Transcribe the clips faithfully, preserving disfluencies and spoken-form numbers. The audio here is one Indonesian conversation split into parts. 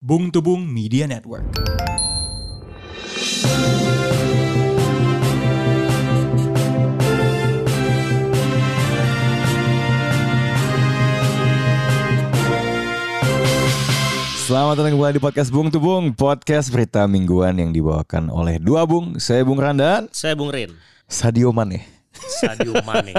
Bung Tubung Media Network. Selamat datang kembali di podcast Bung Tubung, podcast berita mingguan yang dibawakan oleh dua Bung. Saya Bung Randan. Saya Bung Rin. Sadio Mane. Sadio Mane.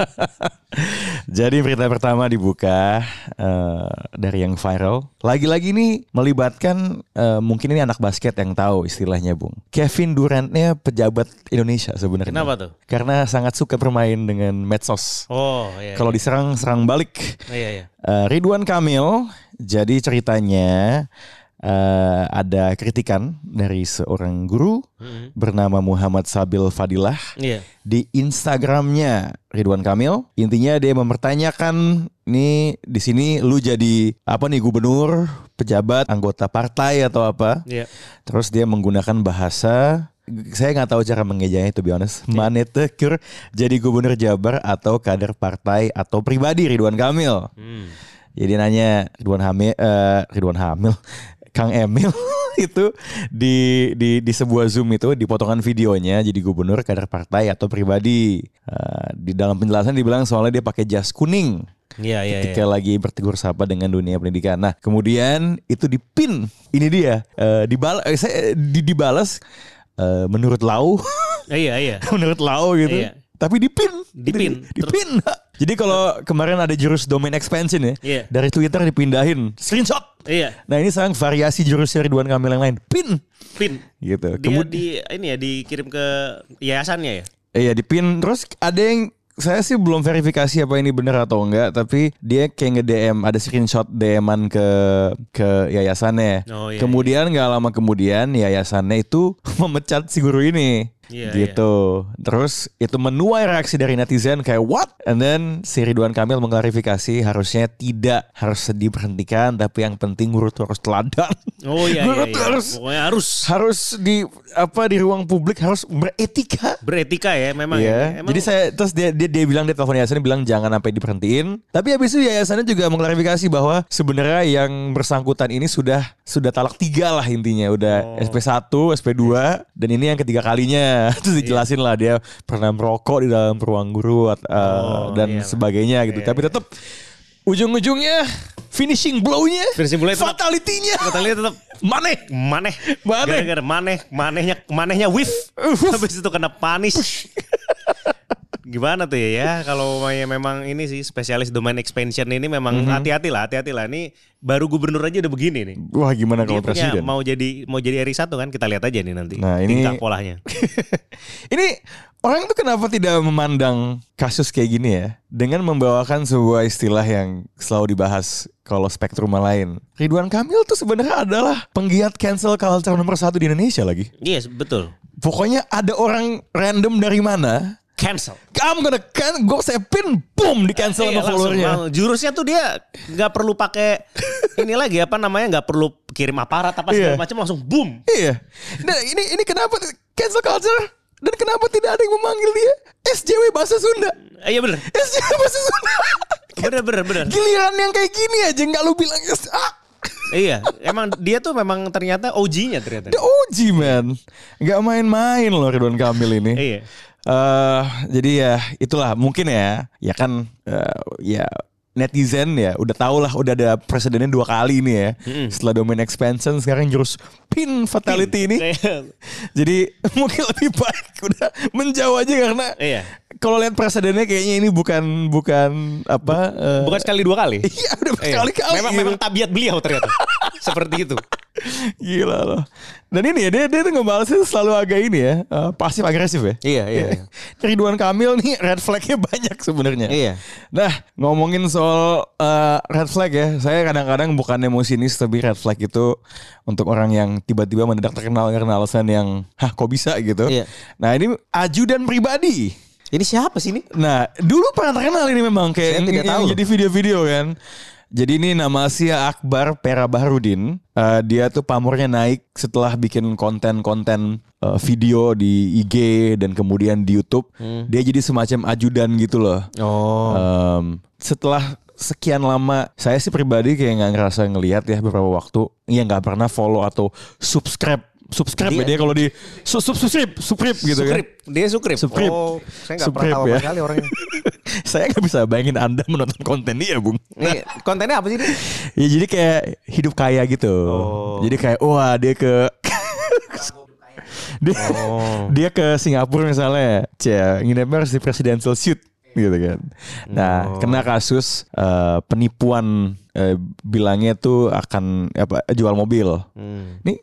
Jadi berita pertama dibuka uh, dari yang viral. Lagi-lagi ini melibatkan uh, mungkin ini anak basket yang tahu istilahnya, Bung. Kevin Durantnya pejabat Indonesia sebenarnya. Kenapa tuh? Karena sangat suka bermain dengan medsos. Oh iya. Kalau iya. diserang serang balik. Oh, iya iya. Uh, Ridwan Kamil. Jadi ceritanya uh, ada kritikan dari seorang guru mm-hmm. bernama Muhammad Sabil Fadilah yeah. di Instagramnya Ridwan Kamil. Intinya dia mempertanyakan, nih di sini lu jadi apa nih, gubernur, pejabat, anggota partai atau apa? Yeah. Terus dia menggunakan bahasa, saya nggak tahu cara mengejanya, to be honest. Yeah. Mane tekur jadi gubernur Jabar atau kader partai atau pribadi Ridwan Kamil. Hmm. Jadi nanya Ridwan Hamil, uh, Ridwan Hamil, Kang Emil itu di di di sebuah Zoom itu di potongan videonya jadi gubernur, kader partai atau pribadi. Uh, di dalam penjelasan dibilang soalnya dia pakai jas kuning. Iya iya. Ketika ya. lagi bertegur sapa dengan dunia pendidikan. Nah kemudian itu dipin. Ini dia uh, dibal, eh, saya di, dibalas uh, menurut Lau. Iya iya. Menurut Lau gitu. Iya. Tapi dipin, dipin, dipin. Jadi kalau kemarin ada jurus domain expansion ya, yeah. dari Twitter dipindahin, screenshot. Iya. Nah ini sekarang variasi jurusnya Ridwan Kamil yang lain, pin, pin. Gitu. Dia Kemud- di ini ya dikirim ke yayasannya ya. Iya dipin. Terus ada yang saya sih belum verifikasi apa ini benar atau enggak, tapi dia kayak nge-D M, ada screenshot D M-an ke ke yayasannya. Oh, iya, kemudian nggak iya. lama kemudian yayasannya itu memecat si guru ini. Yeah, gitu. Yeah. Terus itu menuai reaksi dari netizen kayak what? And then si Ridwan Kamil mengklarifikasi harusnya tidak harus diberhentikan, tapi yang penting guru itu harus teladan. Oh iya iya. iya. harus Pokoknya harus harus di apa di ruang publik harus beretika. Beretika ya memang. Yeah. Ya. Emang... Jadi saya terus dia dia, dia bilang dia telepon yayasannya bilang jangan sampai diberhentiin. Tapi habis itu yayasannya juga mengklarifikasi bahwa sebenarnya yang bersangkutan ini sudah sudah talak tiga lah intinya, udah oh. S P satu, S P dua dan ini yang ketiga kalinya. Terus dijelasin lah dia pernah merokok di dalam ruang guru uh, oh, dan iya, sebagainya gitu. Iya, tapi tetap ujung-ujungnya finishing blow-nya, finishing blow fatality-nya, fatality tetap maneh, maneh, maneh, gara-gara maneh, manehnya, manehnya whiff, habis itu kena punish. Gimana tuh ya, ya kalau memang ini sih spesialis domain expansion ini memang mm-hmm. hati-hati lah, hati-hati lah. Ini baru gubernur aja udah begini nih. Wah gimana kalau presiden? Mau jadi mau jadi R I satu kan, kita lihat aja nih nanti. Nah ini tingkah polanya. Ini orang tuh kenapa tidak memandang kasus kayak gini ya, dengan membawakan sebuah istilah yang selalu dibahas kalau spektrum lain. Ridwan Kamil tuh sebenarnya adalah penggiat cancel culture nomor satu di Indonesia lagi. Iya yes, betul. Pokoknya ada orang random dari mana cancel. I'm gonna can go saya pin boom di cancel sama followernya. Jurusnya tuh dia nggak perlu pakai ini lagi apa namanya, nggak perlu kirim aparat apa segala yeah. macam, langsung boom. Iya. Nah ini ini kenapa cancel culture dan kenapa tidak ada yang memanggil dia S J W bahasa Sunda? Iya benar. S J W bahasa Sunda. Bener bener bener. Giliran yang kayak gini aja nggak lu bilang ah. Iya, emang dia tuh memang ternyata O G-nya ternyata. Dia O G man, nggak main-main loh Ridwan Kamil ini. Iya. Uh, jadi ya itulah mungkin ya, ya kan uh, ya netizen ya udah tau lah, udah ada presidennya dua kali nih ya. Mm-hmm. Setelah domain expansion sekarang jurus pin fatality pin. Ini. Jadi mungkin lebih baik udah menjauh aja karena iya. Kalau lihat presidennya kayaknya ini bukan bukan apa? Uh, bukan sekali dua kali. Iya udah berkali-kali. Memang memang tabiat beliau ternyata seperti itu. Gila loh. Dan ini ya dia dia tuh ngebalasnya selalu agak ini ya, uh, pasif agresif ya. Iya iya. iya. Ridwan Kamil nih red flagnya banyak sebenarnya. Iya. Nah ngomongin soal uh, red flag ya, saya kadang-kadang bukan emosinis tapi red flag itu untuk orang yang tiba-tiba mendadak terkenal karena alasan yang hah kok bisa gitu. Iya. Nah ini ajudan pribadi. Ini siapa sih ini? Nah dulu pernah terkenal ini memang kayak yang, yang, yang jadi video-video kan. Jadi ini nama Asia Akbar Pera Baharudin. Uh, dia tuh pamornya naik setelah bikin konten-konten uh, video di I G dan kemudian di YouTube. Hmm. Dia jadi semacam ajudan gitu loh. Oh. Um, setelah sekian lama saya sih pribadi kayak nggak ngerasa ngelihat ya beberapa waktu, ya nggak pernah follow atau subscribe. Subscribe dia, ya dia kalau di su, sub, subscribe, subscribe gitu subscribe. kan. Dia subscribe. subscribe. Oh, saya nggak pernah tahu ya. apa sekali orangnya. Saya nggak bisa bayangin Anda menonton konten dia, Bung. Nih, kontennya apa sih dia? Ya jadi kayak hidup kaya gitu. Oh. Jadi kayak wah dia ke dia, oh. dia ke Singapura misalnya, cia nginepnya harus di presidential suite gitu kan. Nah, oh. kena kasus uh, penipuan. Eh, bilangnya tuh akan apa jual mobil. Hmm. Nih,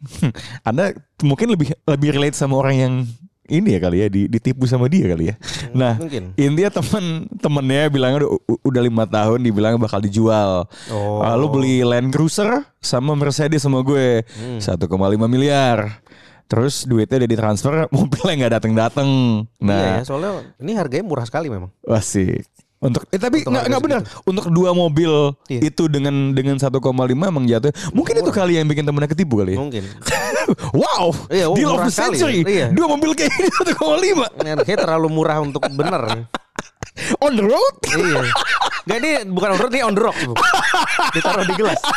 Anda mungkin lebih lebih relate sama orang yang ini ya kali ya ditipu sama dia kali ya. Hmm, nah, mungkin. Intinya temen temennya bilangnya udah, udah lima tahun dibilang bakal dijual. Oh. Lalu beli Land Cruiser sama Mercedes sama gue hmm. satu koma lima miliar. Terus duitnya udah ditransfer, mobilnya nggak datang-datang. Nah, iya ya, soalnya ini harganya murah sekali memang. Asik. Untuk eh, tapi nggak nggak benar untuk dua mobil iya. itu dengan dengan satu koma lima emang jatuh mungkin murah. Itu kali yang bikin temennya ketipu kali ya? Mungkin. Wow iya, oh, deal of the century iya. Dua mobil kayak ini satu koma lima kayak terlalu murah untuk bener. On the road iya. Gak, ini bukan on the road, ini on the rock. Ditaruh di gelas.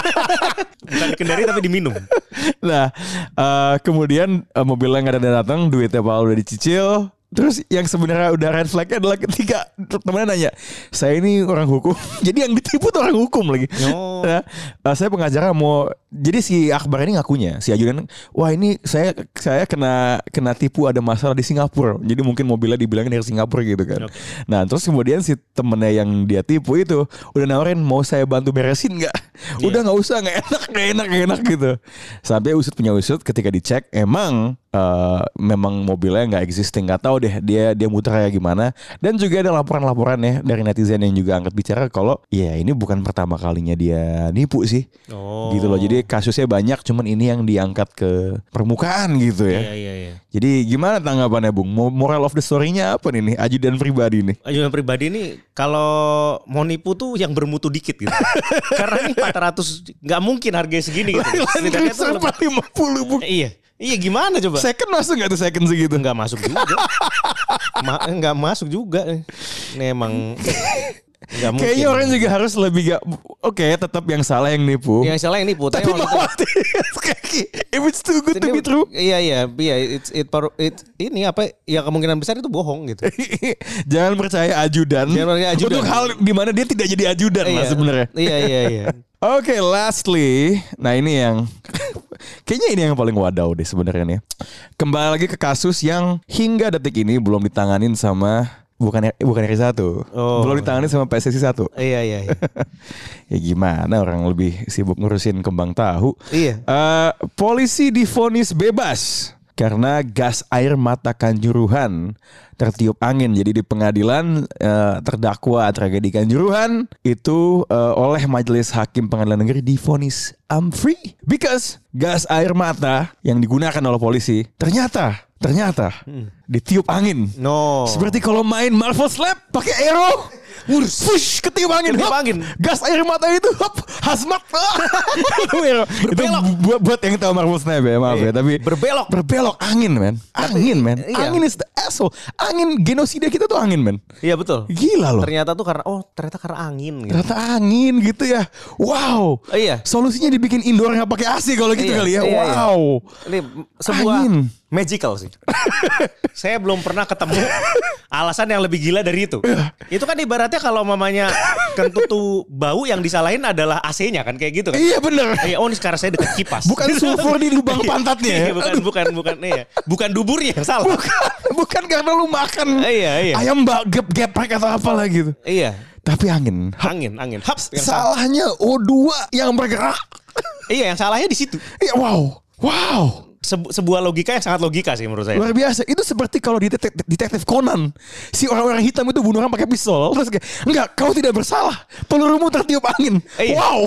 Bukan dikendari tapi diminum. Nah uh, kemudian uh, mobilnya gak ada datang, duitnya Pak udah dicicil. Terus yang sebenarnya udah red flag adalah ketika temennya nanya, saya ini orang hukum, jadi yang ditipu tuh orang hukum lagi. Oh. Nah, uh, saya pengacara mau, jadi si Akbar ini ngakunya, si ajudan, wah ini saya saya kena kena tipu ada masalah di Singapura, jadi mungkin mobilnya dibilangin dari Singapura gitu kan. Okay. Nah terus kemudian si temennya yang dia tipu itu udah nawarin mau saya bantu beresin nggak? Yeah. Udah nggak usah, nggak enak, nggak enak, nggak enak gitu. Sampai usut punya usut ketika dicek emang uh, memang mobilnya nggak existing, nggak tahu deh dia dia muter kayak gimana. Dan juga ada laporan-laporan ya dari netizen yang juga angkat bicara kalau ya ini bukan pertama kalinya dia nipu sih. Oh. Gitu loh. Jadi kasusnya banyak, cuman ini yang diangkat ke permukaan gitu ya. Iya, iya, iya. Jadi gimana tanggapannya Bung? Moral of the story-nya apa nih nih? Ajudan pribadi nih. Ajudan pribadi nih kalau mau nipu tuh yang bermutu dikit gitu. Karena ini empat ratus nggak mungkin harganya segini gitu. Setidaknya tuh empat ratus lima puluh Bung. Iya. Iya gimana coba? Second masuk gak tuh second segitu? Nggak masuk juga. Ma- nggak masuk juga. Ini emang nggak mungkin. Kayaknya orang juga harus lebih gak. Oke okay, tetap yang salah yang nipu. Yang salah yang nipu. Tapi mau if it's too good to be true. Iya iya iya. It's it, it ini apa? Ya kemungkinan besar itu bohong gitu. Jangan percaya ajudan. Jangan percaya ajudan. Untuk hal di mana dia tidak jadi ajudan lah sebenarnya. Iya iya iya. Oke, okay, lastly, nah ini yang kayaknya ini yang paling wadaw deh sebenarnya nih. Kembali lagi ke kasus yang hingga detik ini belum ditanganin sama bukan bukan R I satu, oh. belum ditanganin sama P S S I satu. Iya iya. iya. Ya gimana orang lebih sibuk ngurusin kembang tahu. Iya. Uh, polisi divonis bebas karena gas air mata Kanjuruhan tertiup angin. Jadi di pengadilan uh, terdakwa tragedi Kanjuruhan itu uh, oleh Majelis Hakim Pengadilan Negeri divonis I'm free because gas air mata yang digunakan oleh polisi ternyata ternyata hmm. ditiup angin. No. Seperti kalau main Marvel Snap pakai arrow. Push ketiup angin, ketiup angin. Gas air mata itu, hop, hazmat. Itu buat buat yang tahu Marvel Snap ya, maaf iya. ya, tapi berbelok, berbelok angin, men. Angin, men. Iya. Angin is the asshole. Angin genosida kita tuh angin, men. Iya betul. Gila loh. Ternyata tuh karena oh ternyata karena angin. Gitu. Ternyata angin gitu ya. Wow. Oh, iya. Solusinya dibikin indoor nggak pakai A C kalau gitu iya, kali ya. Iya, wow. Iya. Ini sebuah angin. Magical sih. Saya belum pernah ketemu alasan yang lebih gila dari itu. Itu kan ibaratnya kalau mamanya kentutu bau yang disalahin adalah A C-nya kan kayak gitu kan. Iya benar. Iya, oh ini sekarang saya dekat kipas. Bukan sulfur di lubang pantatnya ya. Bukan bukan bukan iya. Bukan duburnya yang salah. Bukan, bukan karena lu makan iya, iya. ayam gep-geprek atau apalah gitu. Iya. Tapi angin. Angin, angin. Haps, salahnya O dua yang bergerak. Iya, yang salahnya di situ. Iya, wow. Wow. Sebu- sebuah logika yang sangat logika sih menurut saya. Luar biasa. Itu seperti kalau di detektif, detektif Conan, si orang-orang hitam itu bunuh orang pakai pisau. Terus kayak, enggak, kau tidak bersalah. Pelurumu tertiup angin. Eh, wow.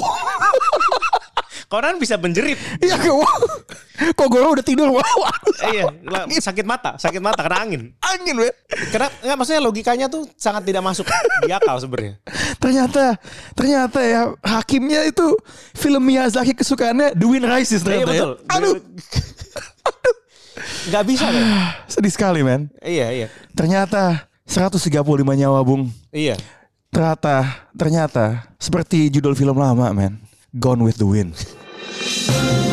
Conan bisa menjerit. Iya, wow. Kogoro udah tidur. Wow. Iya, sakit mata, sakit mata karena angin. Angin, men. Karena enggak maksudnya logikanya tuh sangat tidak masuk di akal sebenarnya. Ternyata, ternyata ya hakimnya itu film Miyazaki kesukaannya The Wind Rises ternyata. Iya, betul. Ya. Aduh. Gak bisa kan? Sedih sekali, men. Iya, iya. Ternyata seratus tiga puluh lima nyawa, Bung. Iya. ternyata ternyata seperti judul film lama, man. Gone with the Wind.